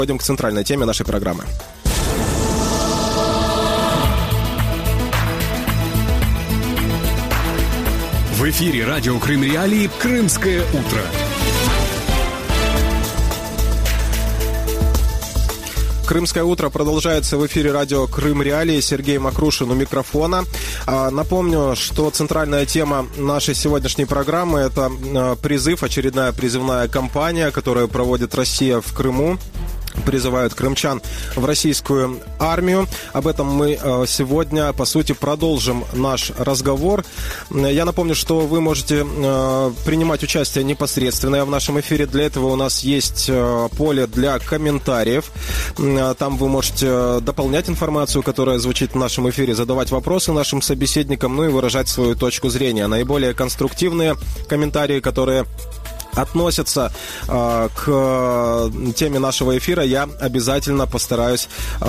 Переходим к центральной теме нашей программы. В эфире радио Крым Реалии «Крымское утро». Крымское утро продолжается в эфире радио Крым Реалии. Сергей Макрушин у микрофона. Напомню, что центральная тема нашей сегодняшней программы – это призыв, очередная призывная кампания, которую проводит Россия в Крыму. Призывают крымчан в российскую армию. Об этом мы сегодня, по сути, продолжим наш разговор. Я напомню, что вы можете принимать участие непосредственно в нашем эфире. Для этого у нас есть поле для комментариев. Там вы можете дополнять информацию, которая звучит в нашем эфире, задавать вопросы нашим собеседникам, ну и выражать свою точку зрения. Наиболее конструктивные комментарии, которые относятся к теме нашего эфира, я обязательно постараюсь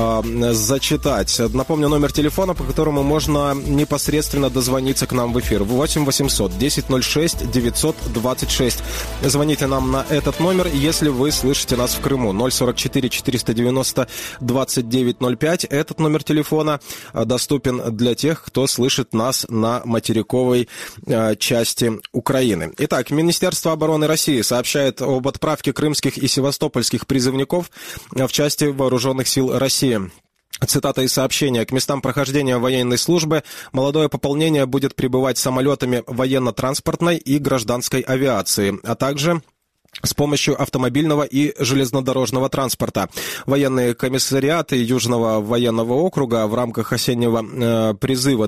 зачитать. Напомню, номер телефона, по которому можно непосредственно дозвониться к нам в эфир. 8 800 1006 926. Звоните нам на этот номер, если вы слышите нас в Крыму. 044 490 2905. Этот номер телефона доступен для тех, кто слышит нас на материковой части Украины. Итак, Министерство обороны России сообщает об отправке крымских и севастопольских призывников в части вооруженных сил России. Цитата из сообщения. К местам прохождения военной службы молодое пополнение будет прибывать самолетами военно-транспортной и гражданской авиации, а также с помощью автомобильного и железнодорожного транспорта. Военные комиссариаты Южного военного округа в рамках осеннего призыва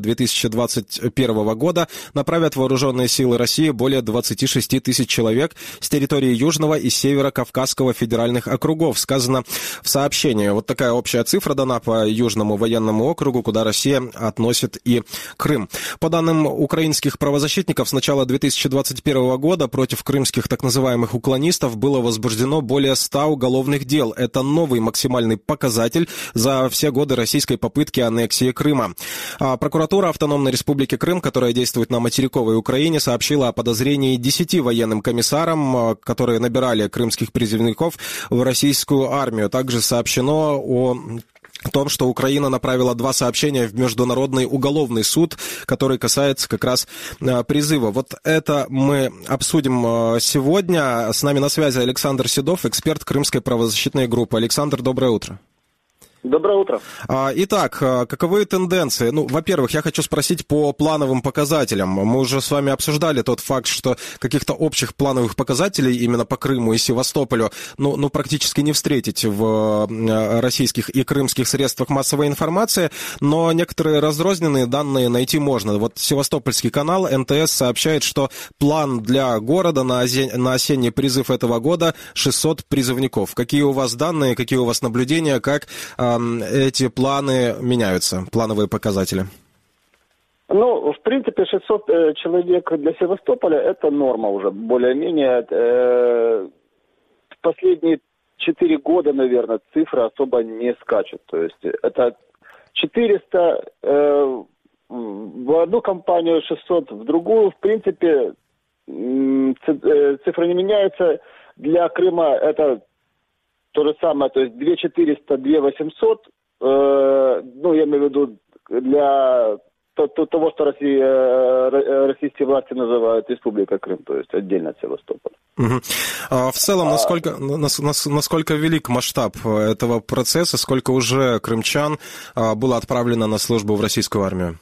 2021 года направят в вооруженные силы России более 26 тысяч человек с территории Южного и Северо-Кавказского федеральных округов, сказано в сообщении. Вот такая общая цифра дана по Южному военному округу, куда Россия относит и Крым. По данным украинских правозащитников, с начала 2021 года против крымских так называемых уклонистов было возбуждено более 100 уголовных дел. Это новый максимальный показатель за все годы российской попытки аннексии Крыма. Прокуратура Автономной Республики Крым, которая действует на материковой Украине, сообщила о подозрении 10 военным комиссарам, которые набирали крымских призывников в российскую армию. Также сообщено о том, что Украина направила 2 сообщения в Международный уголовный суд, который касается как раз призыва. Вот это мы обсудим сегодня. С нами на связи Александр Седов, эксперт Крымской правозащитной группы. Александр, доброе утро. Доброе утро. Итак, каковы тенденции? Ну, во-первых, я хочу спросить по плановым показателям. Мы уже с вами обсуждали тот факт, что каких-то общих плановых показателей именно по Крыму и Севастополю практически не встретить в российских и крымских средствах массовой информации, но некоторые разрозненные данные найти можно. Вот Севастопольский канал НТС сообщает, что план для города на осенний призыв этого года 600 призывников. Какие у вас данные, какие у вас наблюдения, как эти планы меняются, плановые показатели? Ну, в принципе, 600 человек для Севастополя – это норма уже, более-менее. В последние 4 года, наверное, цифры особо не скачут. То есть это 400 в одну компанию, 600 в другую. В принципе, цифры не меняются. Для Крыма это то же самое, то есть 2400, 2800, я имею в виду для того, что российские власти называют Республика Крым, то есть отдельно от Севастополя. Угу. В целом, насколько велик масштаб этого процесса, сколько уже крымчан было отправлено на службу в российскую армию?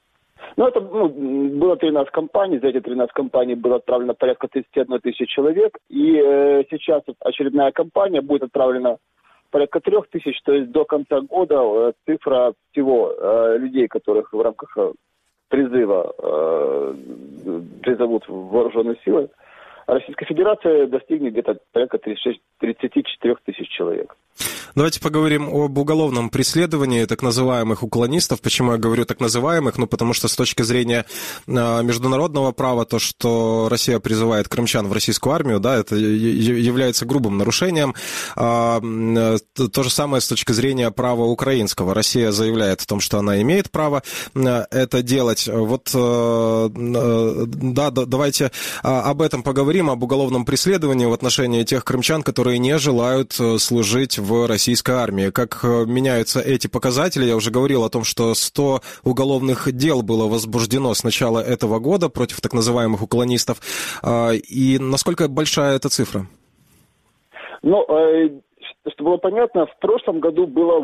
Было 13 компаний, за эти 13 компаний было отправлено порядка 31 тысячи человек, и сейчас очередная компания будет отправлена порядка 3000, то есть до конца года цифра всего людей, которых в рамках призыва призовут в вооруженные силы Российской Федерации, достигнет где-то порядка 34 тысяч человек. Давайте поговорим об уголовном преследовании так называемых уклонистов. Почему я говорю так называемых? Ну, потому что с точки зрения международного права, то, что Россия призывает крымчан в российскую армию, да, это является грубым нарушением. То же самое с точки зрения права украинского. Россия заявляет о том, что она имеет право это делать. Вот, да, давайте об этом поговорим, об уголовном преследовании в отношении тех крымчан, которые не желают служить в российской армии. Как меняются эти показатели? Я уже говорил о том, что 100 уголовных дел было возбуждено с начала этого года против так называемых уклонистов. И насколько большая эта цифра? Ну, чтобы было понятно, в прошлом году было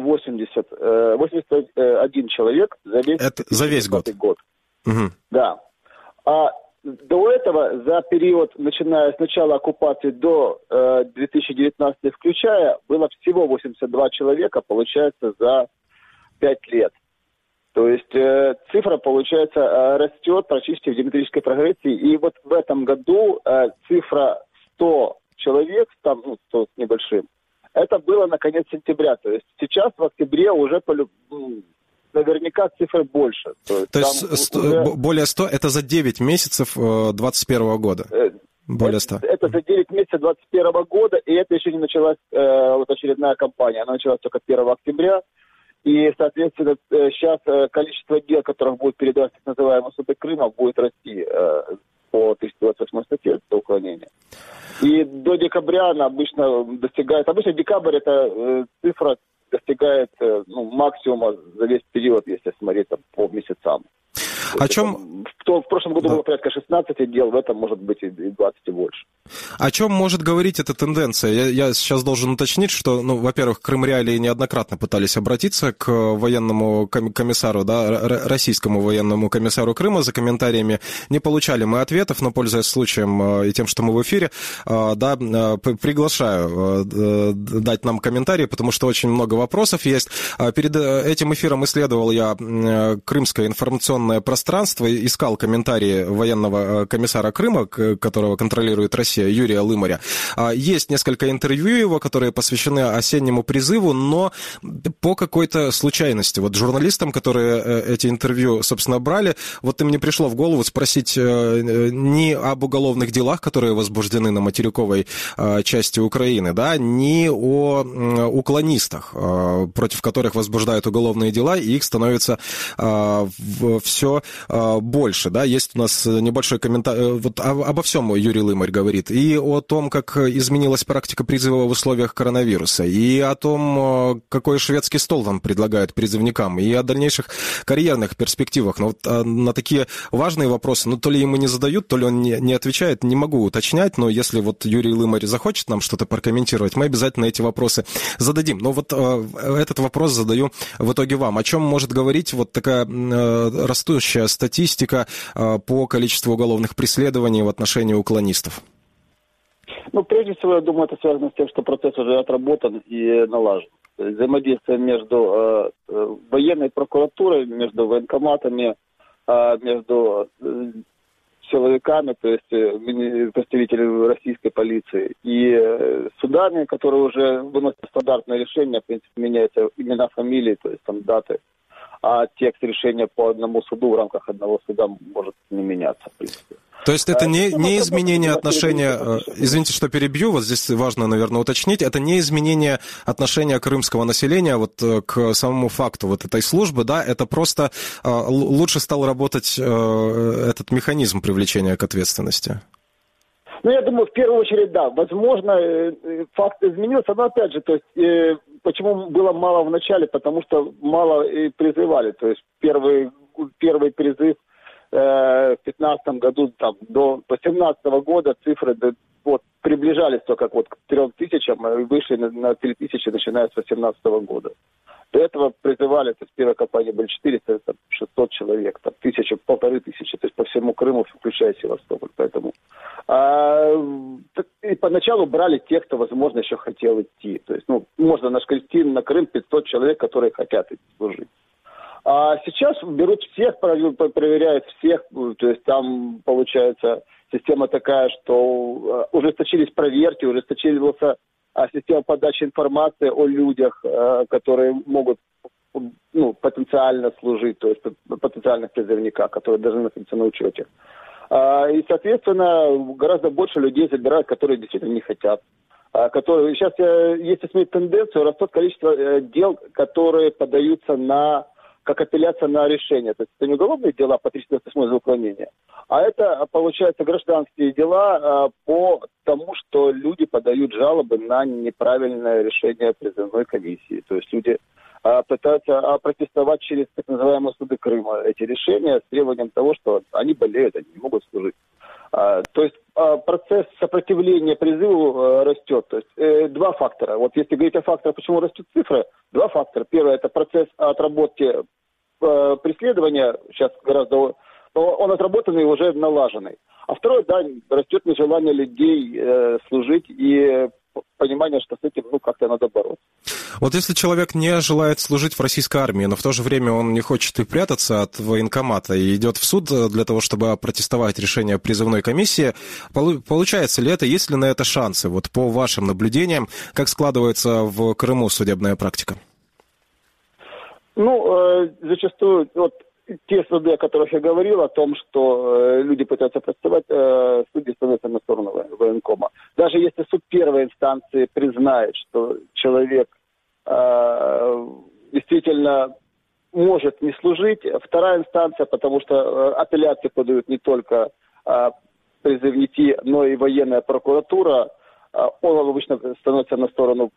81 человек за весь год. Угу. Да. А до этого, за период, начиная с начала оккупации до 2019 включая, было всего 82 человека, получается, за 5 лет. То есть цифра, получается, растет практически в геометрической прогрессии. И вот в этом году цифра 100 человек, там, 100 с небольшим, это было на конец сентября. То есть сейчас в октябре уже наверняка цифры больше. То есть уже... более 100 это за 9 месяцев 2021 года? Более 100. Это за 9 месяцев 2021 года, и это еще не началась вот очередная кампания. Она началась только 1 октября. И, соответственно, сейчас количество дел, которых будет передаваться так называемому суду Крыма, будет расти по 1028 статье за уклонение. И до декабря она обычно достигает... Обычно декабрь это цифра достигает максимума за весь период, если смотреть там, по месяцам. О чем... В прошлом году было порядка 16 дел, в этом может быть и 20 и больше. О чем может говорить эта тенденция? Я сейчас должен уточнить, что, во-первых, Крым Реалии неоднократно пытались обратиться к военному комиссару, да, российскому военному комиссару Крыма за комментариями. Не получали мы ответов, но, пользуясь случаем и тем, что мы в эфире, да, приглашаю дать нам комментарии, потому что очень много вопросов есть. Перед этим эфиром исследовал я крымское информационное пространство, искал комментарии военного комиссара Крыма, которого контролирует Россия, Юрия Лымаря. Есть несколько интервью его, которые посвящены осеннему призыву, но по какой-то случайности. Вот журналистам, которые эти интервью, собственно, брали, вот им не пришло в голову спросить ни об уголовных делах, которые возбуждены на материковой части Украины, да, ни о уклонистах, против которых возбуждают уголовные дела, и их становится все больше, да. Есть у нас небольшой комментарий, вот обо всем Юрий Лымарь говорит, и о том, как изменилась практика призыва в условиях коронавируса, и о том, какой шведский стол там предлагают призывникам, и о дальнейших карьерных перспективах. Но вот на такие важные вопросы, то ли ему не задают, то ли он не отвечает, не могу уточнять, но если вот Юрий Лымарь захочет нам что-то прокомментировать, мы обязательно эти вопросы зададим. Но вот этот вопрос задаю в итоге вам. О чем может говорить вот такая растущая статистика по количеству уголовных преследований в отношении уклонистов? Прежде всего, я думаю, это связано с тем, что процесс уже отработан и налажен. Взаимодействие между военной прокуратурой, между военкоматами, между силовиками, то есть представителями российской полиции, и судами, которые уже выносят стандартное решение, в принципе, меняются имена, фамилии, то есть там даты. А текст решения по одному суду в рамках одного суда может не меняться, в принципе. То есть это не изменение отношения, извините, что перебью, вот здесь важно, наверное, уточнить, это не изменение отношения крымского населения вот к самому факту вот этой службы, да, это просто лучше стал работать этот механизм привлечения к ответственности? Я думаю, в первую очередь, да. Возможно, факт изменился, но опять же, то есть, почему было мало в начале? Потому что мало и призывали. То есть первый призыв в 2015 году, там, до 2017 года цифры приближались только к 3000, и вышли на 3000, начиная с 2018 года. До этого призывали, то есть в первой кампании были 400, 600 человек, 1000, 1500, то есть по всему Крыму, включая Севастополь. Поэтому и поначалу брали тех, кто, возможно, еще хотел идти. То есть, можно нашкрести на Крым 500 человек, которые хотят идти служить. А сейчас берут всех, проверяют всех, то есть там, получается, система такая, что ужесточились проверки, ужесточился система подачи информации о людях, которые могут потенциально служить, то есть потенциальных призывниках, которые должны находиться на учете. И, соответственно, гораздо больше людей забирают, которые действительно не хотят. Сейчас, если смотреть тенденцию, растет количество дел, которые подаются как апелляция на решение. То есть это не уголовные дела по 328 за уклонение, а это, получается, гражданские дела по тому, что люди подают жалобы на неправильное решение призывной комиссии. То есть люди пытаются протестовать через так называемые суды Крыма эти решения с требованием того, что они болеют, они не могут служить. То есть процесс сопротивления призыву растет. То есть два фактора. Вот если говорить о факторах, почему растут цифры, два фактора. Первое – это процесс отработки преследования, сейчас гораздо, он отработанный и уже налаженный. А второе, да, растет нежелание людей служить и понимание, что с этим как-то надо бороться. Вот если человек не желает служить в российской армии, но в то же время он не хочет и прятаться от военкомата и идет в суд для того, чтобы опротестовать решение призывной комиссии, получается ли это, есть ли на это шансы? Вот по вашим наблюдениям, как складывается в Крыму судебная практика? Зачастую те суды, о которых я говорил, о том, что люди пытаются протестовать, судьи становятся на сторону военкома. Даже если суд первой инстанции признает, что человек действительно может не служить, вторая инстанция, потому что апелляции подают не только призывники, но и военная прокуратура, он обычно становится на сторону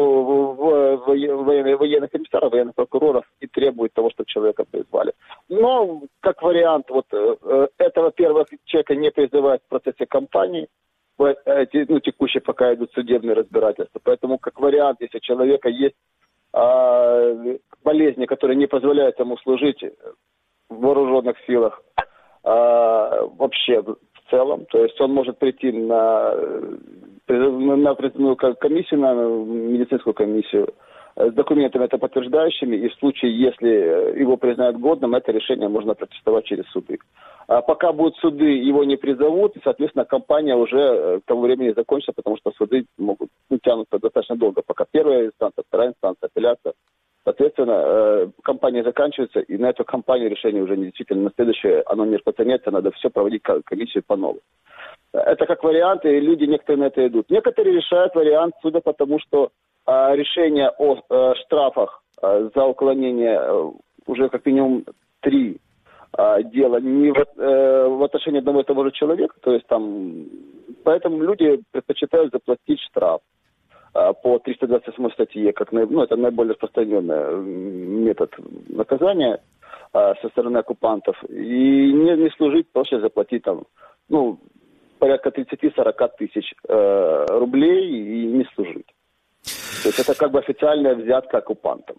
военных комиссаров, военных прокуроров и требует того, чтобы человека призвали. Но, как вариант, этого первого человека не призывают в процессе кампании, текущие пока идут судебные разбирательства. Поэтому, как вариант, если у человека есть болезни, которые не позволяют ему служить в вооруженных силах вообще в целом, то есть он может прийти на призывную комиссию, на медицинскую комиссию с документами это подтверждающими, и в случае, если его признают годным, это решение можно протестовать через суды. А пока будут суды, его не призовут, и, соответственно, кампания уже к тому времени закончится, потому что суды могут тянуться достаточно долго, пока первая инстанция, вторая инстанция, апелляция. Соответственно, кампания заканчивается, и на эту кампанию решение уже не действительно на следующее, оно не распространяется, надо все проводить комиссию по новой. Это как вариант, и люди некоторые на это идут. Некоторые решают вариант суда, потому что решение о штрафах за уклонение уже как минимум 3 дела не в отношении одного и того же человека, то есть там, поэтому люди предпочитают заплатить штраф по 328 статье, как это наиболее распространенный метод наказания со стороны оккупантов, и не служить, просто заплатить порядка 30-40 тысяч рублей и не служить. То есть это как бы официальная взятка оккупантам.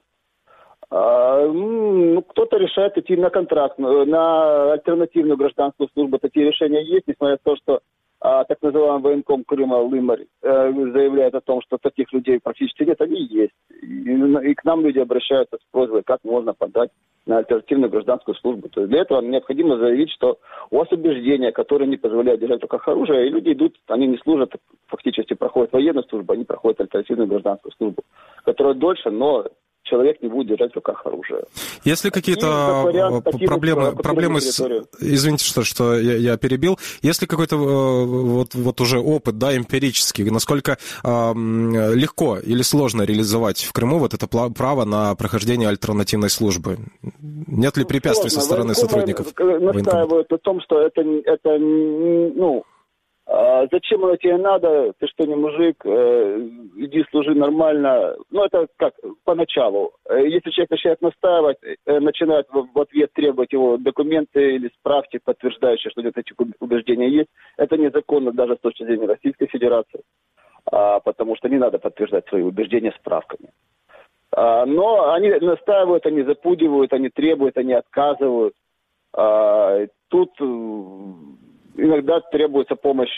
Кто-то решает идти на контракт, на альтернативную гражданскую службу. Такие решения есть, несмотря на то, что так называемый военком Крыма Лымарь заявляет о том, что таких людей практически нет, они есть. И к нам люди обращаются с просьбой, как можно подать на альтернативную гражданскую службу. То есть для этого необходимо заявить, что у вас убеждения, которые не позволяют держать в руках оружие, и люди идут, они не служат, фактически проходят военную службу, они проходят альтернативную гражданскую службу, которая дольше, но человек не будет держать в руках оружие. Если какие-то проблемы извините, что я перебил. Если какой-то вот уже опыт, эмпирический, насколько легко или сложно реализовать в Крыму вот это право на прохождение альтернативной службы? Нет ли препятствий со стороны сотрудников? Настаивают о том, что это зачем оно тебе надо, ты что, не мужик, иди служи нормально. Это как поначалу. Если человек начинает настаивать, начинает в ответ требовать его документы или справки, подтверждающие, что где-то эти убеждения есть, это незаконно даже с точки зрения Российской Федерации, потому что не надо подтверждать свои убеждения справками. Но они настаивают, они запугивают, они требуют, они отказывают. Тут иногда требуется помощь,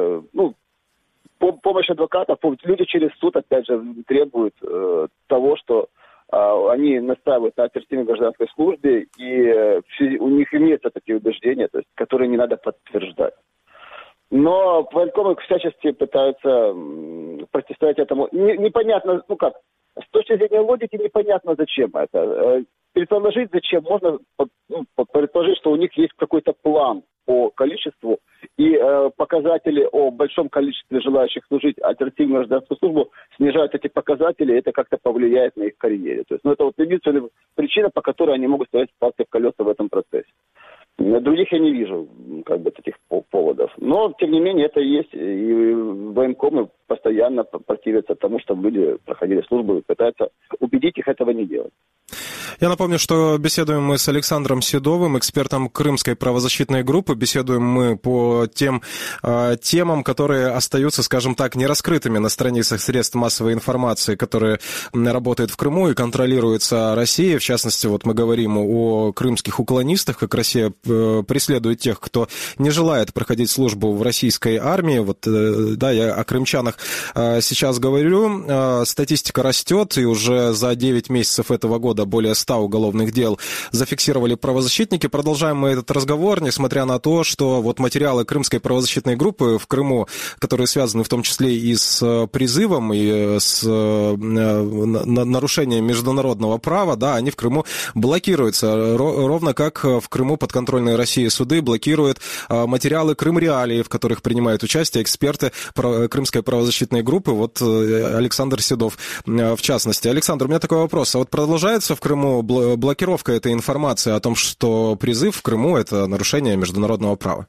помощь адвокатов. Люди через суд, опять же, требуют того, что они настаивают на альтернативной гражданской службе, и у них имеются такие убеждения, то есть, которые не надо подтверждать. Но военкомы всячески пытаются противостоять этому. Непонятно, с точки зрения логики непонятно, зачем это. Предположить, зачем, можно предположить, что у них есть какой-то план по количеству, и показатели о большом количестве желающих служить альтернативную гражданскую службу снижают эти показатели, и это как-то повлияет на их карьере. То есть, это вот единственная причина, по которой они могут ставить палки в колеса в этом процессе. Других я не вижу, таких поводов. Но, тем не менее, это есть. И военкомы постоянно противятся тому, чтобы люди проходили службу и пытаются убедить их этого не делать. Я напомню, что беседуем мы с Александром Седовым, экспертом Крымской правозащитной группы. Беседуем мы по тем темам, которые остаются, скажем так, нераскрытыми на страницах средств массовой информации, которые работают в Крыму и контролируются Россией. В частности, вот мы говорим о крымских уклонистах, как Россия преследует тех, кто не желает проходить службу в российской армии. Я о крымчанах сейчас говорю. Статистика растет, и уже за 9 месяцев этого года более 100 уголовных дел зафиксировали правозащитники. Продолжаем мы этот разговор, несмотря на то, что материалы Крымской правозащитной группы в Крыму, которые связаны в том числе и с призывом, и с нарушением международного права, они в Крыму блокируются. Ровно как в Крыму подконтрольные России суды блокируют материалы Крым Реалии, в которых принимают участие эксперты Крымской правозащитной группы. Александр Седов в частности. Александр, у меня такой вопрос. Продолжается в Крыму блокировка этой информации о том, что призыв в Крыму – это нарушение международного права?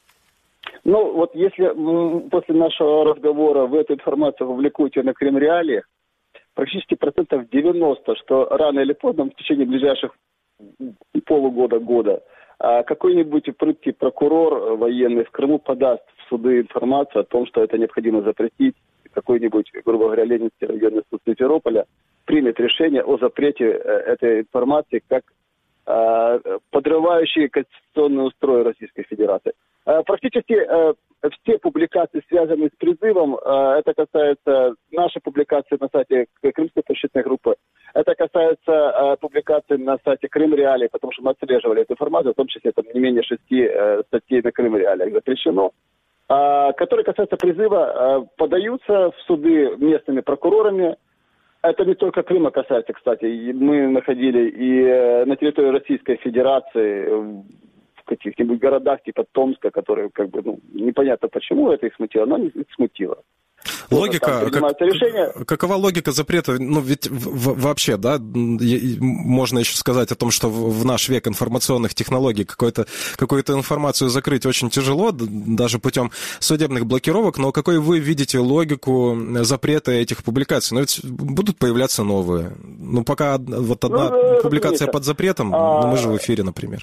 Если после нашего разговора в эту информацию вовлекут на Крым Реалии, практически 90%, что рано или поздно, в течение ближайших полугода-года, какой-нибудь прыткий прокурор военный в Крыму подаст в суды информацию о том, что это необходимо запретить. Какой-нибудь, грубо говоря, Ленинский районный суд Симферополя примет решение о запрете этой информации как подрывающие конституционный устрой Российской Федерации. Практически все публикации, связанные с призывом, это касается нашей публикации на сайте Крымской правозащитной группы, это касается публикаций на сайте Крым Реалии, потому что мы отслеживали эту информацию, в том числе не менее 6 статей на Крым Реалиях запрещено, которые касаются призыва, подаются в суды местными прокурорами. Это не только Крыма касается, кстати. Мы находили и на территории Российской Федерации, в каких-нибудь городах типа Томска, которые непонятно почему это их смутило, но их смутило. Логика, какова логика запрета? Ведь вообще, можно еще сказать о том, что в наш век информационных технологий какую-то информацию закрыть очень тяжело, даже путем судебных блокировок, но какой вы видите логику запрета этих публикаций? Ведь будут появляться новые. Пока одна публикация под запретом, мы же в эфире, например.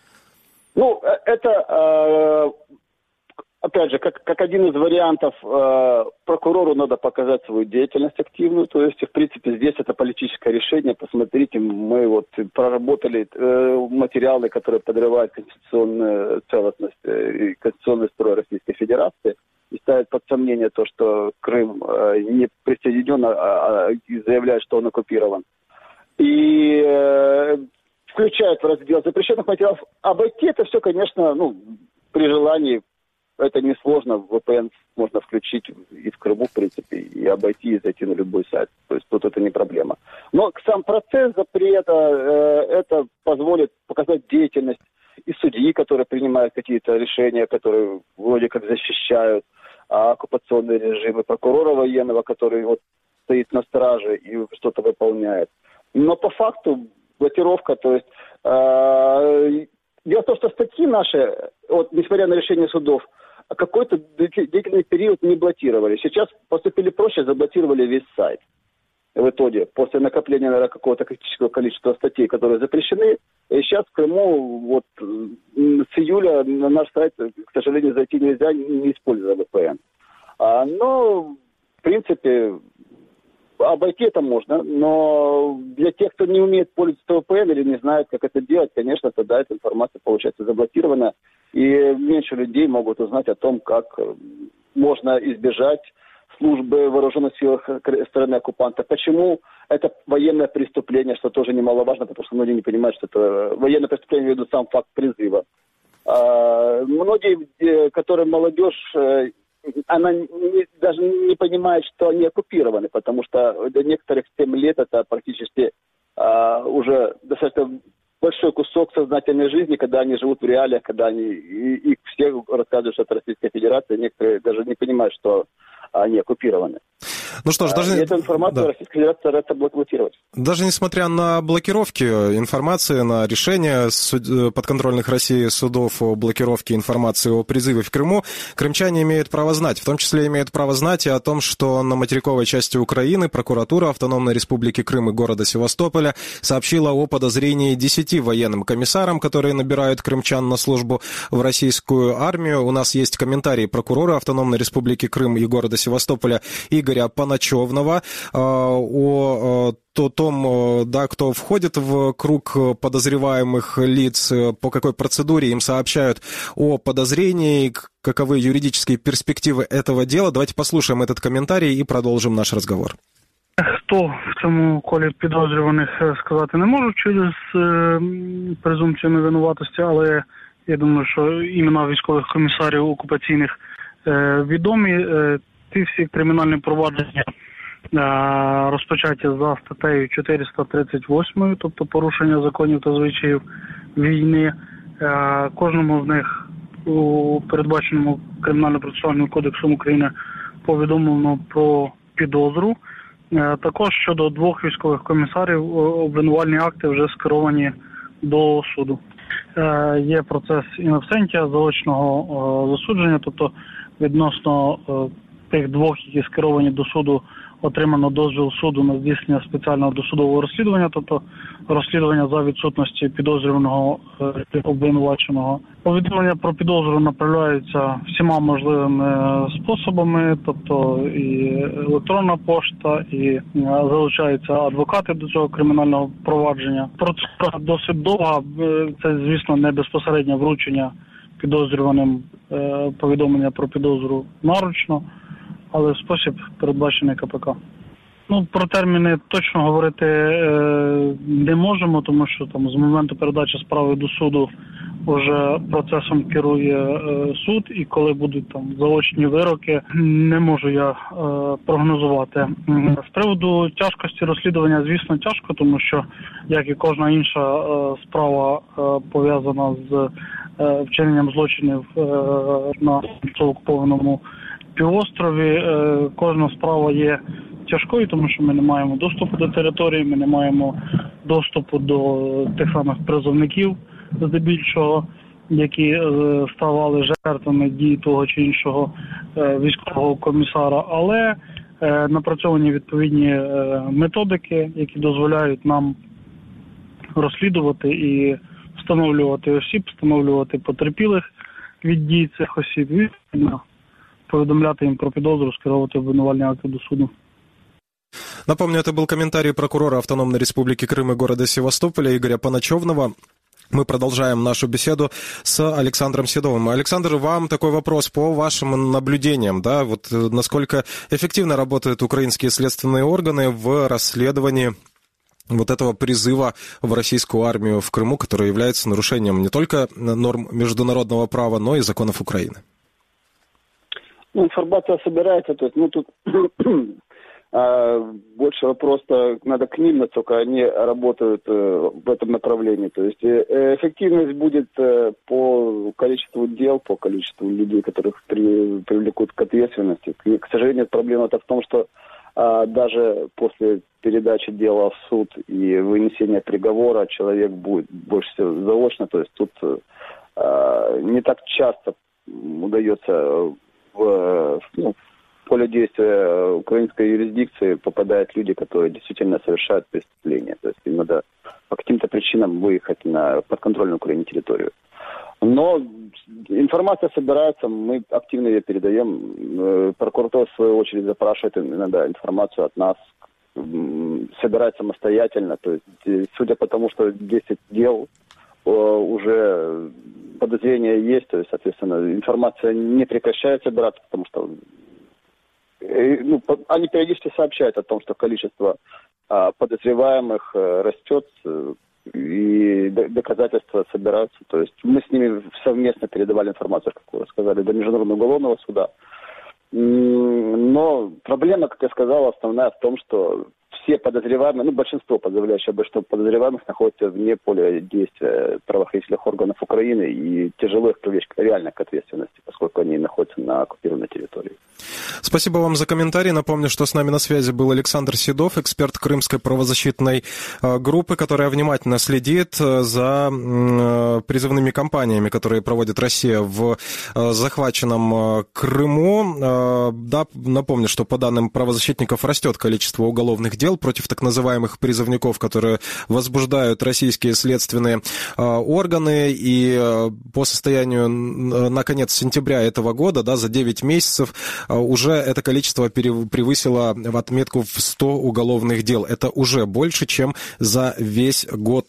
Это... Опять же, как один из вариантов, прокурору надо показать свою деятельность активную. То есть, в принципе, здесь это политическое решение. Посмотрите, мы проработали материалы, которые подрывают конституционную целостность и конституционный строй Российской Федерации и ставят под сомнение то, что Крым не присоединен, и заявляют, что он оккупирован. И включают в раздел запрещенных материалов. Обойти это все, конечно, при желании. Это несложно, VPN можно включить и в Крыму, в принципе, и обойти, и зайти на любой сайт. То есть тут это не проблема. Но сам процесс запрета, это позволит показать деятельность и судьи, которые принимают какие-то решения, которые вроде как защищают оккупационный режим, и прокурора военного, который стоит на страже и что-то выполняет. Но по факту блокировка, то есть... Дело в том, что статьи наши, несмотря на решение судов, какой-то длительный период не блокировали. Сейчас поступили проще, заблокировали весь сайт. В итоге, после накопления, наверное, какого-то критического количества статей, которые запрещены, и сейчас в Крыму с июля на наш сайт, к сожалению, зайти нельзя, не используя VPN. Но, в принципе, обойти это можно, но для тех, кто не умеет пользоваться VPN или не знает, как это делать, конечно, тогда эта информация получается заблокирована, и меньше людей могут узнать о том, как можно избежать службы в вооруженных силах стороны оккупанта. Почему это военное преступление, что тоже немаловажно, потому что многие не понимают, что это военное преступление ввиду сам факт призыва. Многие, которые молодежь, она даже не понимает, что они оккупированы, потому что для некоторых 7 лет это практически уже достаточно большой кусок сознательной жизни, когда они живут в реалиях, когда их все рассказывают, что это Российская Федерация, некоторые даже не понимают, что они оккупированы. Ну что ж, даже... Эту информацию Российская Федерация старается блокировать. Даже несмотря на блокировки информации, на решения подконтрольных России судов о блокировке информации о призыве в Крыму, крымчане имеют право знать. В том числе имеют право знать и о том, что на материковой части Украины прокуратура Автономной Республики Крым и города Севастополя сообщила о подозрении 10 военным комиссарам, которые набирают крымчан на службу в российскую армию. У нас есть комментарий прокурора Автономной Республики Крым и города Севастополя Игоря Поначевного о том, да, кто входит в круг подозреваемых лиц, по какой процедуре им сообщают о подозрении, каковы юридические перспективы этого дела. Давайте послушаем этот комментарий и продовжим наш разговор. Хто в цьому колі підозрюваних сказати не можу через презумпцію невинуватості, але я думаю, що імена військових комісарів окупаційних відомі. Ті всі кримінальні провадження розпочаті за статтею 438, тобто порушення законів та звичаїв війни. Кожному з них у передбаченому Кримінально-процесуальним кодексом України повідомлено про підозру. Також щодо 2 військових комісарів обвинувальні акти вже скеровані до суду. Є процес in absentia заочного засудження, тобто відносно тих 2, які скеровані до суду, отримано дозвіл суду на здійснення спеціального досудового розслідування, тобто розслідування за відсутності підозрюваного обвинуваченого. Повідомлення про підозру направляються всіма можливими способами, тобто і електронна пошта, і залучаються адвокати до цього кримінального провадження. Процедура досить довга, це, звісно, не безпосереднє вручення підозрюваним повідомлення про підозру наручно, але в спосіб передбачений КПК. Про терміни точно говорити не можемо, тому що там з моменту передачі справи до суду вже процесом керує суд, і коли будуть там заочні вироки, не можу я прогнозувати. З приводу тяжкості розслідування, звісно, тяжко, тому що, як і кожна інша справа пов'язана з вчиненням злочинів на окупованому півострові, кожна справа є тяжкою, тому що ми не маємо доступу до території, ми не маємо доступу до тих самих призовників, здебільшого, які ставали жертвами дій того чи іншого військового комісара, але напрацьовані відповідні методики, які дозволяють нам розслідувати і встановлювати осіб, встановлювати потерпілих від дій цих осіб, відповідно повідомляти им про підозру, скеровувати обвинувальні акти до суду. Напомню, это был комментарий прокурора Автономной Республики Крым и города Севастополя Игоря Поначевного. Мы продолжаем нашу беседу с Александром Седовым. Александр, вам такой вопрос по вашим наблюдениям, да, вот насколько эффективно работают украинские следственные органы в расследовании вот этого призыва в российскую армию в Крыму, который является нарушением не только норм международного права, но и законов Украины? Информация собирается, то есть, тут больше вопрос-то надо к ним, насколько они работают в этом направлении. То есть эффективность будет по количеству дел, по количеству людей, которых привлекут к ответственности. К сожалению, проблема-то в том, что даже после передачи дела в суд и вынесения приговора человек будет больше всего заочно. То есть тут не так часто удается в поле действия украинской юрисдикции попадают люди, которые действительно совершают преступления. То есть им надо по каким-то причинам выехать на подконтрольную Украине территорию. Но информация собирается, мы активно ее передаем. Прокуратура, в свою очередь, запрашивает иногда информацию от нас, собирает самостоятельно. То есть, судя по тому, что 10 дел уже подозрения есть, то есть, соответственно, информация не прекращает собираться, потому что они периодически сообщают о том, что количество подозреваемых растет, и доказательства собираются. То есть мы с ними совместно передавали информацию, как вы сказали, до Международного уголовного суда. Но проблема, как я сказал, основная в том, что все подозреваемые, большинство, подавляющее большинство подозреваемых находятся вне поля действия правоохранительных органов Украины, и тяжело их привлечь реально к ответственности, поскольку они находятся на оккупированной территории. Спасибо вам за комментарий. Напомню, что с нами на связи был Александр Седов, эксперт Крымской правозащитной группы, которая внимательно следит за призывными кампаниями, которые проводит Россия в захваченном Крыму. Да, напомню, что по данным правозащитников растет количество уголовных дел против так называемых призывников, которые возбуждают российские следственные органы. И по состоянию на конец сентября этого года, да, за 9 месяцев, уже это количество превысило в отметку в 100 уголовных дел. Это уже больше, чем за весь год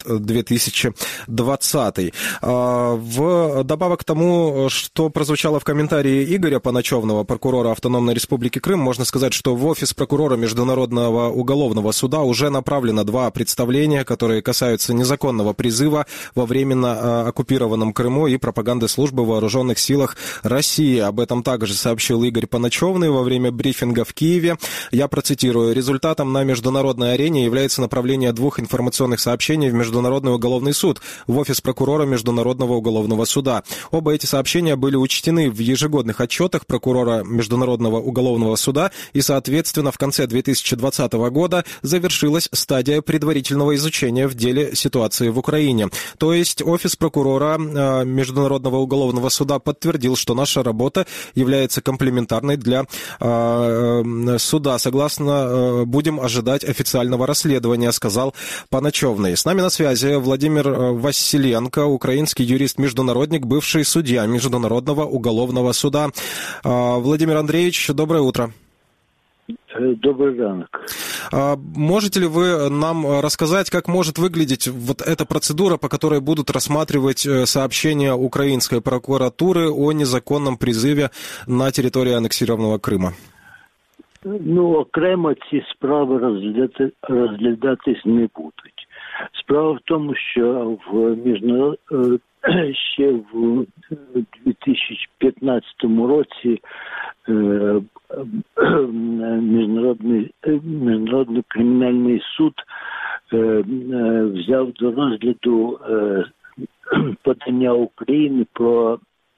2020. Вдобавок к тому, что прозвучало в комментарии Игоря Паночевного, прокурора Автономной Республики Крым, можно сказать, что в офис прокурора Международного уголовного суда уже направлено 2 представления, которые касаются незаконного призыва во временно оккупированном Крыму и пропаганды службы в вооруженных силах России. Об этом также сообщил Игорь Паночевный во время брифинга в Киеве. Я процитирую. Результатом на международной арене является направление 2 информационных сообщений в Международный уголовный суд, в офис прокурора Международного уголовного суда. Оба эти сообщения были учтены в ежегодных отчетах прокурора Международного уголовного суда, и, соответственно, в конце 2020 года завершилась стадия предварительного изучения в деле ситуации в Украине. То есть офис прокурора Международного уголовного суда подтвердил, что наша работа является комплементарной для суда. Согласно, будем ожидать официального расследования, сказал Паночевный. С нами на связи Владимир Василенко, украинский юрист-международник, бывший судья Международного уголовного суда. Владимир Андреевич, доброе утро. Добрый ранок. Можете ли вы нам рассказать, как может выглядеть вот эта процедура, по которой будут рассматривать сообщения украинской прокуратуры о незаконном призыве на территории аннексированного Крыма? Окремо ці справи розглядатись не будуть. Справа в тому, що ще в 2015 році Міжнародний кримінальний суд взяв до розгляду подання України про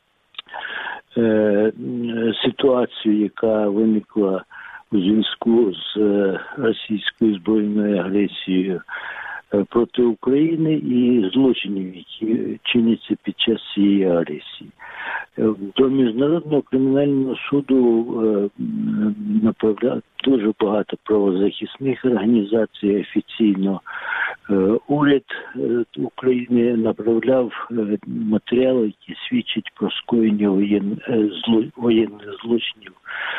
ситуацію, яка виникла у зв'язку з російською збройною агресією проти України і злочинів, які чиняться під час цієї агресії. До Міжнародного кримінального суду направляють дуже багато правозахисних організацій. Офіційно уряд України направляв матеріали, які свідчать про скоєння воєнних злочинів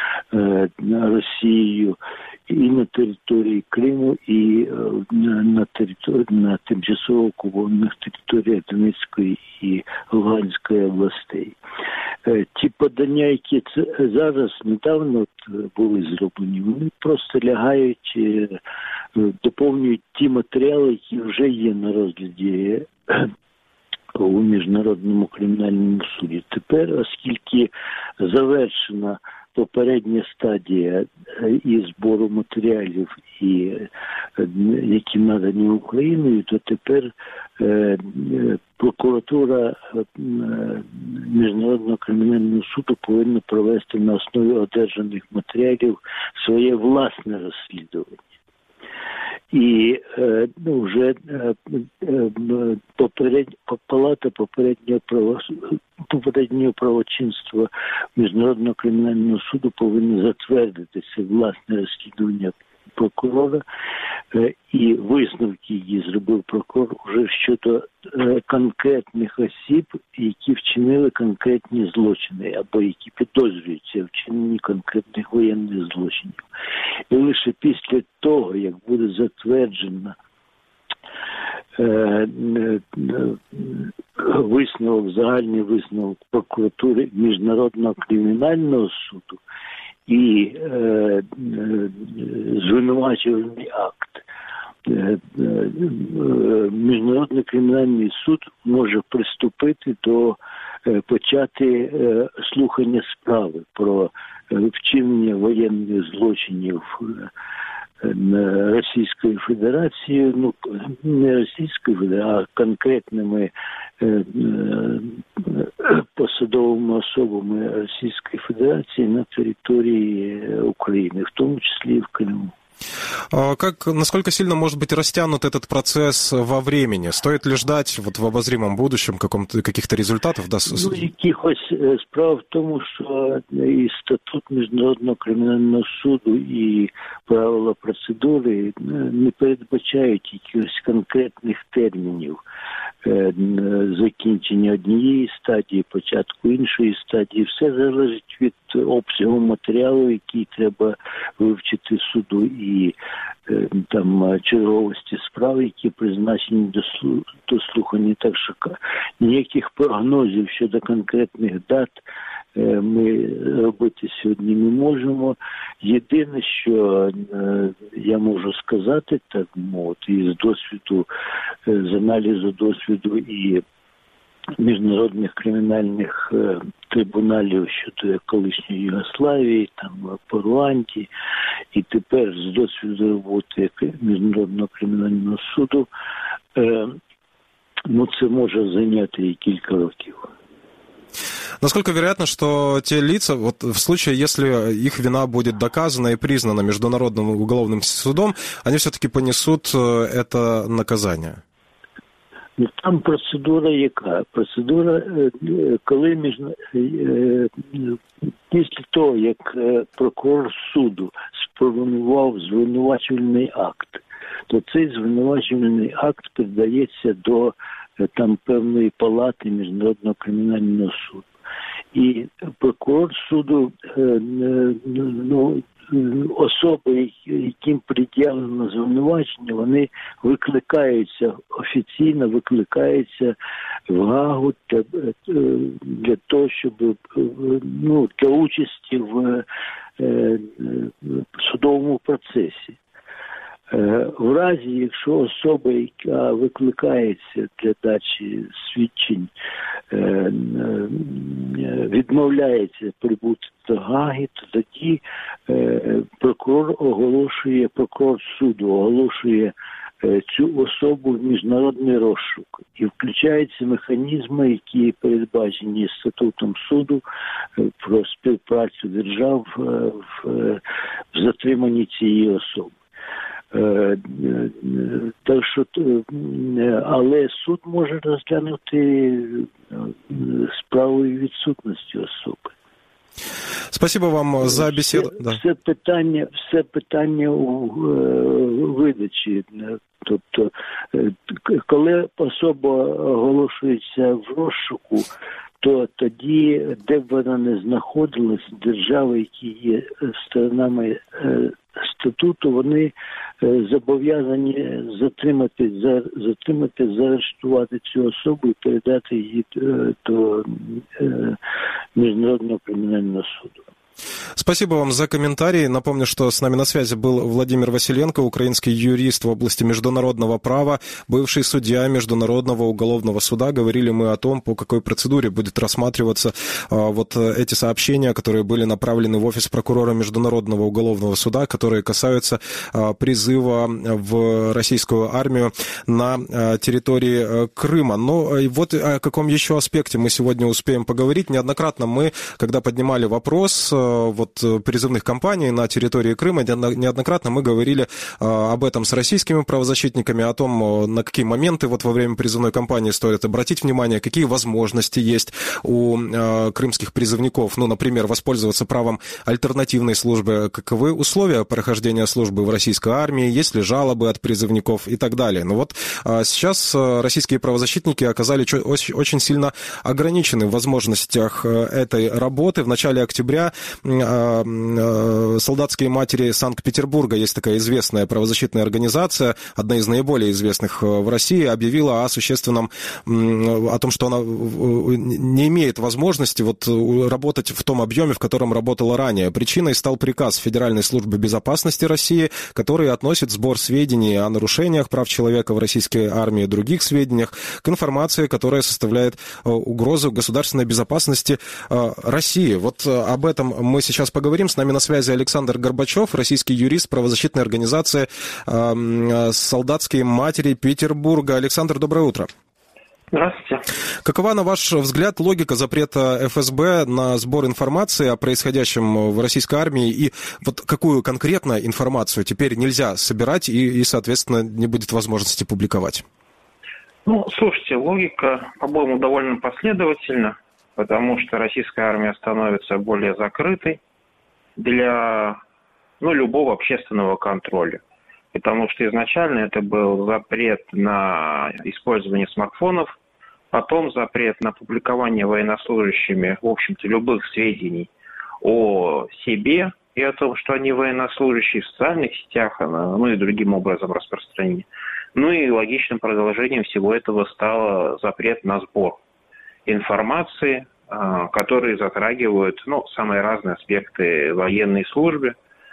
Росією і на території Криму, і на тимчасово окупованих територіях Донецької і Луганської областей. Ті подання, які зараз недавно були зроблені, вони просто лягають, доповнюють ті матеріали, які вже є на розгляді у Міжнародному кримінальному суді. Тепер, оскільки завершена попередня стадія і збору матеріалів, які надані Україною, то тепер прокуратура Міжнародного кримінального суду повинна провести на основі одержаних матеріалів своє власне розслідування. І вже Палата попереднього правочинства Міжнародного кримінального суду повинна затвердити це власне розслідування прокурора і висновки, які зробив прокурор вже щодо конкретних осіб, які вчинили конкретні злочини або які підозрюються в вчиненні конкретних воєнних злочинів. І лише після того, як буде затверджено загальний висновок прокуратури Міжнародного кримінального суду і звинувачувальний акт, Міжнародний кримінальний суд може приступити до почати слухання справи про вчинення воєнних злочинів Російською Федерацією, ну не Російською Федерацією, а конкретними посадовими особами Російської Федерації на території України, в тому числі и в Криму. Насколько сильно может быть растянут этот процесс во времени? Стоит ли ждать вот в обозримом будущем каких-то результатов? Ну, якихось справа в тому, що і статут Міжнародного кримінального суду, і правила процедури не передбачають якихось конкретних термінів закінчення однієї стадії, початку іншої стадії. Все залежить від обсягу матеріалу, який треба вивчити суду, і там черговості справ, які призначені до слухання. Так що ніяких прогнозів щодо конкретних дат ми робити сьогодні не можемо. Єдине, що я можу сказати, так мовити, із досвіду, з аналізу досвіду і міжнародних кримінальних трибуналів щодо колишньої Югославії, там по Руанді, і тепер з досвіду роботи Міжнародного кримінального суду, ну це може зайняти і кілька років. Насколько вероятно, что те лица, вот в случае, если их вина будет доказана и признана Международным уголовным судом, они все-таки понесут это наказание? Там процедура яка? Процедура, коли після того, як прокурор суду сформував звинувачувальний акт, то цей звинувачувальний акт передається до там певної палати Міжнародного кримінального суду. І прокурор суду, ну, особи, яким пред'явлено звинувачення, вони викликаються, офіційно викликаються в Гаагу для того, щоб, ну, для участі в судовому процесі. В разі, якщо особа, яка викликається для дачі свідчень, відмовляється прибути до Гааги, то тоді прокурор суду оголошує цю особу в міжнародний розшук. І включаються механізми, які передбачені статутом суду про співпрацю держав в затриманні цієї особи. Так що, але суд може розглянути справу відсутності особи. Спасибо вам за беседу. Все питання у видачі. Тобто, коли особа оголошується в розшуку, то тоді, де б вона не знаходилась, держави, які є сторонами статуту, вони зобов'язані затримати, заарештувати цю особу і передати її до Міжнародного кримінального суду. Спасибо вам за комментарий. Напомню, что с нами на связи был Владимир Василенко, украинский юрист в области международного права, бывший судья Международного уголовного суда. Говорили мы о том, по какой процедуре будет рассматриваться вот эти сообщения, которые были направлены в офис прокурора Международного уголовного суда, которые касаются призыва в российскую армию на территории Крыма. Ну, и вот о каком еще аспекте мы сегодня успеем поговорить. Неоднократно мы, когда поднимали вопрос вот призывных кампаний на территории Крыма, неоднократно мы говорили об этом с российскими правозащитниками, о том, на какие моменты вот во время призывной кампании стоит обратить внимание, какие возможности есть у крымских призывников, ну, например, воспользоваться правом альтернативной службы, каковы условия прохождения службы в российской армии, есть ли жалобы от призывников и так далее. Но вот сейчас российские правозащитники оказались очень сильно ограничены в возможностях этой работы. В начале октября солдатские матери Санкт-Петербурга, есть такая известная правозащитная организация, одна из наиболее известных в России, объявила о том, что она не имеет возможности работать в том объеме, в котором работала ранее. Причиной стал приказ Федеральной службы безопасности России, который относит сбор сведений о нарушениях прав человека в российской армии и других сведениях к информации, которая составляет угрозу государственной безопасности России. Вот об этом мы сейчас поговорим. С нами на связи Александр Горбачев, российский юрист правозащитной организации «Солдатские матери Петербурга». Александр, доброе утро. Здравствуйте. Какова, на ваш взгляд, логика запрета ФСБ на сбор информации о происходящем в российской армии и вот какую конкретно информацию теперь нельзя собирать и соответственно, не будет возможности публиковать? Слушайте, логика, по-моему, довольно последовательна, потому что российская армия становится более закрытой для любого общественного контроля. Потому что изначально это был запрет на использование смартфонов, потом запрет на публикование военнослужащими, в общем-то, любых сведений о себе и о том, что они военнослужащие в социальных сетях, и другим образом распространение. И логичным продолжением всего этого стал запрет на сбор информации, которые затрагивают самые разные аспекты военной службы,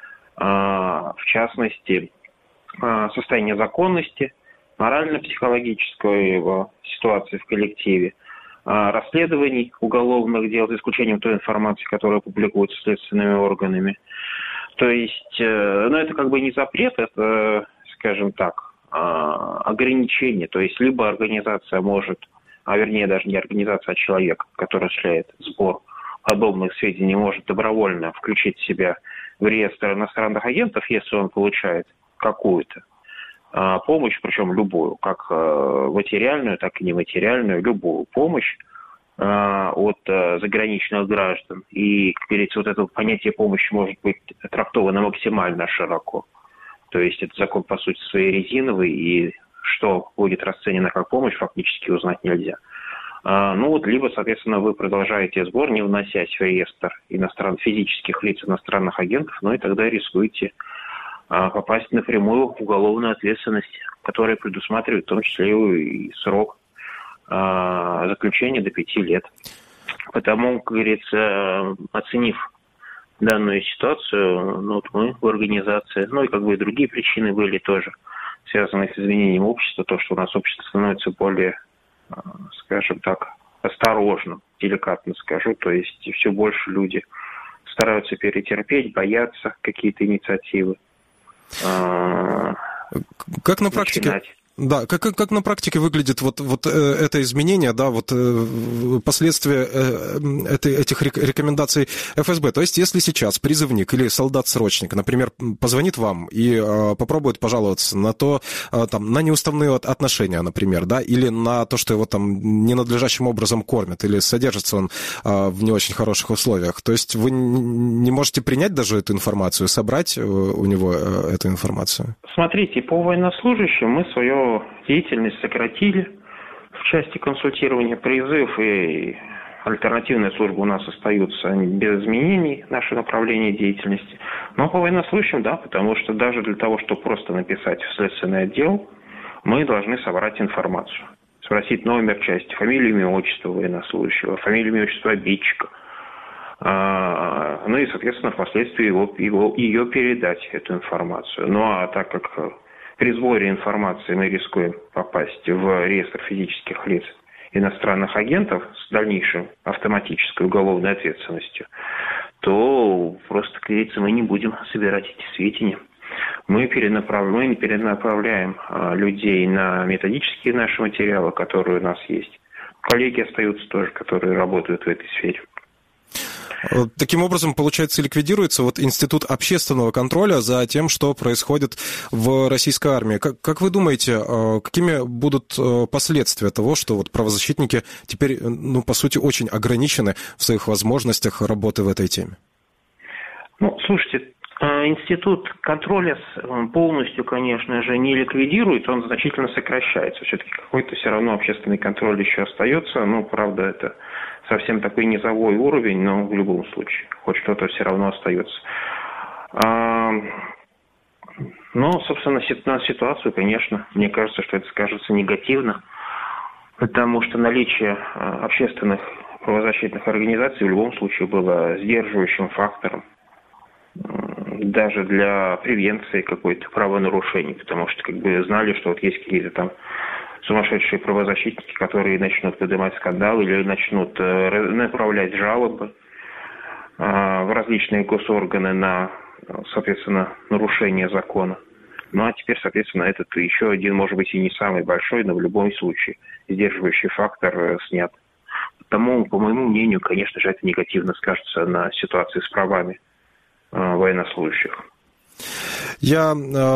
в частности, состояние законности, морально-психологической ситуации в коллективе, расследований уголовных дел, за исключением той информации, которая публикуется следственными органами. То есть, это как бы не запрет, это, скажем так, ограничение. То есть, либо организация может, вернее, даже не организация, а человек, который осуществляет сбор подобных сведений, может добровольно включить себя в реестр иностранных агентов, если он получает какую-то помощь, причем любую, как материальную, так и нематериальную, любую помощь от заграничных граждан. И, как говорится, это понятие помощи может быть трактовано максимально широко. То есть это закон, по сути, своей резиновый, и что будет расценено как помощь, фактически узнать нельзя. Либо, соответственно, вы продолжаете сбор, не вносясь в реестр физических лиц иностранных агентов, и тогда рискуете попасть напрямую в уголовную ответственность, которая предусматривает в том числе и срок заключения до 5 лет. Потому, как говорится, оценив данную ситуацию, мы в организации, и другие причины были тоже, связанные с изменением общества, то, что у нас общество становится более, скажем так, осторожным, деликатно скажу, то есть все больше люди стараются перетерпеть, боятся какие-то инициативы. Как на практике? Да, как на практике выглядит это изменение, последствия этих рекомендаций ФСБ? То есть, если сейчас призывник или солдат-срочник, например, позвонит вам и попробует пожаловаться на на неуставные отношения, например, или на то, что его ненадлежащим образом кормят, или содержится он в не очень хороших условиях, то есть вы не можете принять даже эту информацию, собрать у него эту информацию? Смотрите, по военнослужащим мы свою деятельность сократили в части консультирования. Призыв и альтернативная служба у нас остаются без изменений, наше направление деятельности. Но по военнослужащим, потому что даже для того, чтобы просто написать в следственный отдел, мы должны собрать информацию. Спросить номер части, фамилию, имя, отчество военнослужащего, фамилию, имя, отчество обидчика. И, соответственно, впоследствии ее передать, эту информацию. Так как при сборе информации мы рискуем попасть в реестр физических лиц иностранных агентов с дальнейшей автоматической уголовной ответственностью, то просто, как говорится, мы не будем собирать эти сведения. Мы перенаправляем людей на методические наши материалы, которые у нас есть. Коллеги остаются тоже, которые работают в этой сфере. Таким образом, получается, ликвидируется институт общественного контроля за тем, что происходит в российской армии. Как вы думаете, какими будут последствия того, что правозащитники теперь, по сути, очень ограничены в своих возможностях работы в этой теме? Слушайте, Институт контроля полностью, конечно же, не ликвидирует, он значительно сокращается. Все-таки какой-то все равно общественный контроль еще остается. Ну, правда, это совсем такой низовой уровень, но в любом случае, хоть что-то все равно остается. Но, собственно, на ситуацию, конечно, мне кажется, что это скажется негативно, потому что наличие общественных правозащитных организаций в любом случае было сдерживающим фактором даже для превенции какой-то правонарушений, потому что как бы знали, что вот есть какие-то там сумасшедшие правозащитники, которые начнут поднимать скандал или начнут направлять жалобы в различные госорганы на, соответственно, нарушение закона. Ну а теперь, соответственно, этот еще один, может быть, и не самый большой, но в любом случае сдерживающий фактор снят. Потому, по моему мнению, конечно же, это негативно скажется на ситуации с правами военнослужащих. Я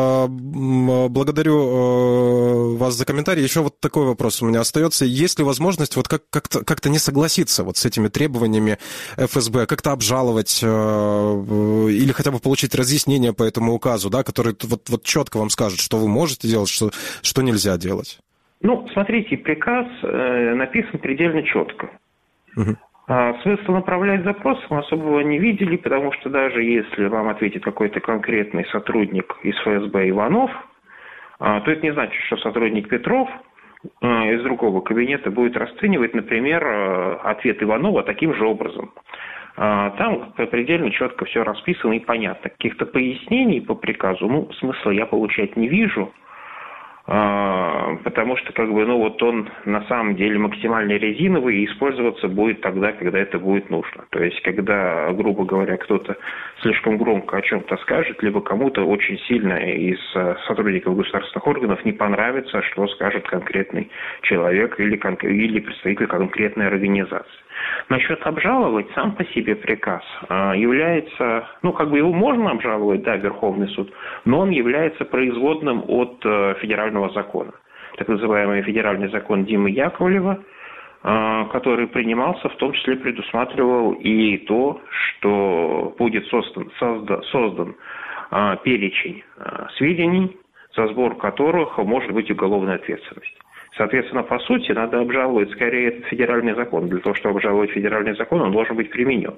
благодарю вас за комментарий. Еще вот такой вопрос у меня остается. Есть ли возможность вот как-то не согласиться вот с этими требованиями ФСБ, как-то обжаловать или хотя бы получить разъяснение по этому указу, да, который вот четко вам скажет, что вы можете делать, что нельзя делать? Ну, смотрите, приказ написан предельно четко. Угу. Смысл направлять запрос мы особого не видели, потому что даже если вам ответит какой-то конкретный сотрудник из ФСБ Иванов, то это не значит, что сотрудник Петров из другого кабинета будет расценивать, например, ответ Иванова таким же образом. Там предельно четко все расписано и понятно. Каких-то пояснений по приказу, смысла я получать не вижу, потому что, он на самом деле максимально резиновый и использоваться будет тогда, когда это будет нужно. То есть, когда, грубо говоря, кто-то слишком громко о чем-то скажет, либо кому-то очень сильно из сотрудников государственных органов не понравится, что скажет конкретный человек или представитель конкретной организации. Насчет обжаловать, сам по себе приказ является, его можно обжаловать, да, Верховный суд, но он является производным от федерального закона. Так называемый федеральный закон Димы Яковлева, который принимался, в том числе предусматривал и то, что будет создан перечень сведений, за сбор которых может быть уголовная ответственность. Соответственно, по сути, надо обжаловать скорее этот федеральный закон. Для того, чтобы обжаловать федеральный закон, он должен быть применен.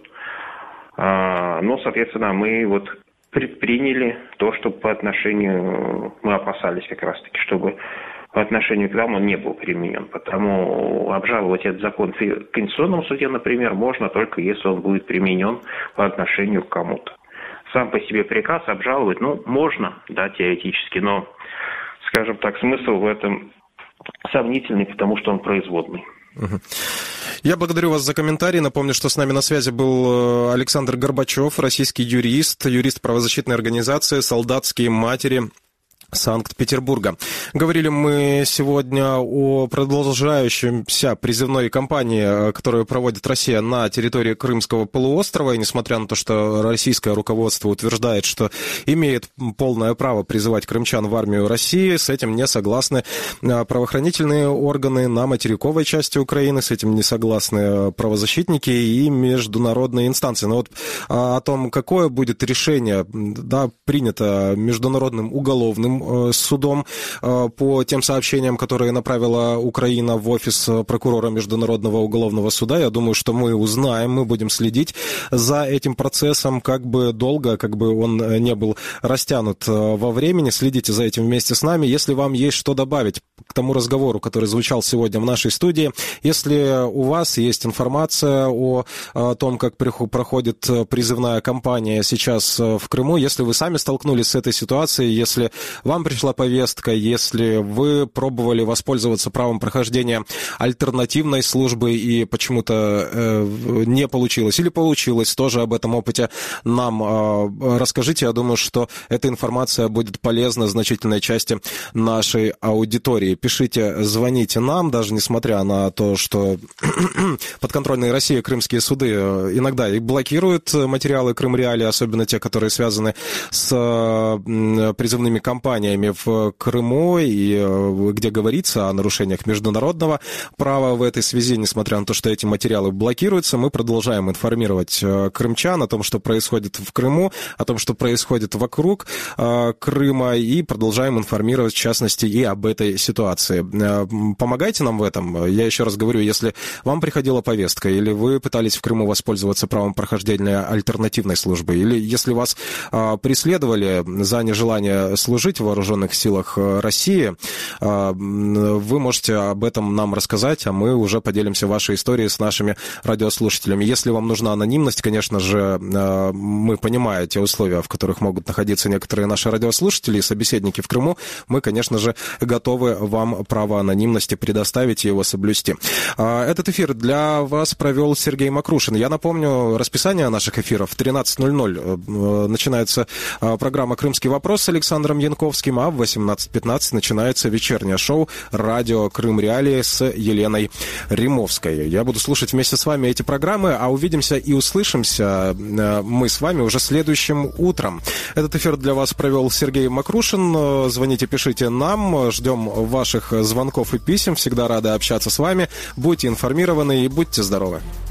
Но, соответственно, мы предприняли то, что по отношению, мы опасались как раз-таки, чтобы по отношению к нам он не был применен. Потому обжаловать этот закон в Конституционном суде, например, можно только если он будет применен по отношению к кому-то. Сам по себе приказ обжаловать, можно, да, теоретически, но, скажем так, смысл в этом сомнительный, потому что он производный. Я благодарю вас за комментарий. Напомню, что с нами на связи был Александр Горбачев, российский юрист правозащитной организации «Солдатские матери» Санкт-Петербурга. Говорили мы сегодня о продолжающемся призывной кампании, которую проводит Россия на территории Крымского полуострова. И несмотря на то, что российское руководство утверждает, что имеет полное право призывать крымчан в армию России, с этим не согласны правоохранительные органы на материковой части Украины, с этим не согласны правозащитники и международные инстанции. Но о том, какое будет решение, да, принято Международным уголовным судом по тем сообщениям, которые направила Украина в офис прокурора Международного уголовного суда. Я думаю, что мы узнаем, мы будем следить за этим процессом, как бы долго, как бы он не был растянут во времени. Следите за этим вместе с нами. Если вам есть что добавить к тому разговору, который звучал сегодня в нашей студии, если у вас есть информация о том, как проходит призывная кампания сейчас в Крыму, если вы сами столкнулись с этой ситуацией, если вам пришла повестка, если вы пробовали воспользоваться правом прохождения альтернативной службы и почему-то не получилось, или получилось, тоже об этом опыте нам расскажите. Я думаю, что эта информация будет полезна значительной части нашей аудитории. Пишите, звоните нам, даже несмотря на то, что подконтрольные России крымские суды иногда и блокируют материалы Крым Реалии, особенно те, которые связаны с призывными кампаниями переживаниями в Крыму, и где говорится о нарушениях международного права в этой связи, несмотря на то, что эти материалы блокируются, мы продолжаем информировать крымчан о том, что происходит в Крыму, о том, что происходит вокруг Крыма, и продолжаем информировать, в частности, и об этой ситуации. Помогайте нам в этом. Я еще раз говорю, если вам приходила повестка, или вы пытались в Крыму воспользоваться правом прохождения альтернативной службы, или если вас преследовали за нежелание служить в вооруженных силах России, вы можете об этом нам рассказать, а мы уже поделимся вашей историей с нашими радиослушателями. Если вам нужна анонимность, конечно же, мы понимаем те условия, в которых могут находиться некоторые наши радиослушатели и собеседники в Крыму, мы, конечно же, готовы вам право анонимности предоставить и его соблюсти. Этот эфир для вас провел Сергей Макрушин. Я напомню расписание наших эфиров. В 13:00 начинается программа «Крымский вопрос» с Александром Янковским, а в 18:15 начинается вечернее шоу «Радио Крым Реалии» с Еленой Римовской. Я буду слушать вместе с вами эти программы, а увидимся и услышимся мы с вами уже следующим утром. Этот эфир для вас провел Сергей Макрушин. Звоните, пишите нам, ждем ваших звонков и писем. Всегда рады общаться с вами. Будьте информированы и будьте здоровы.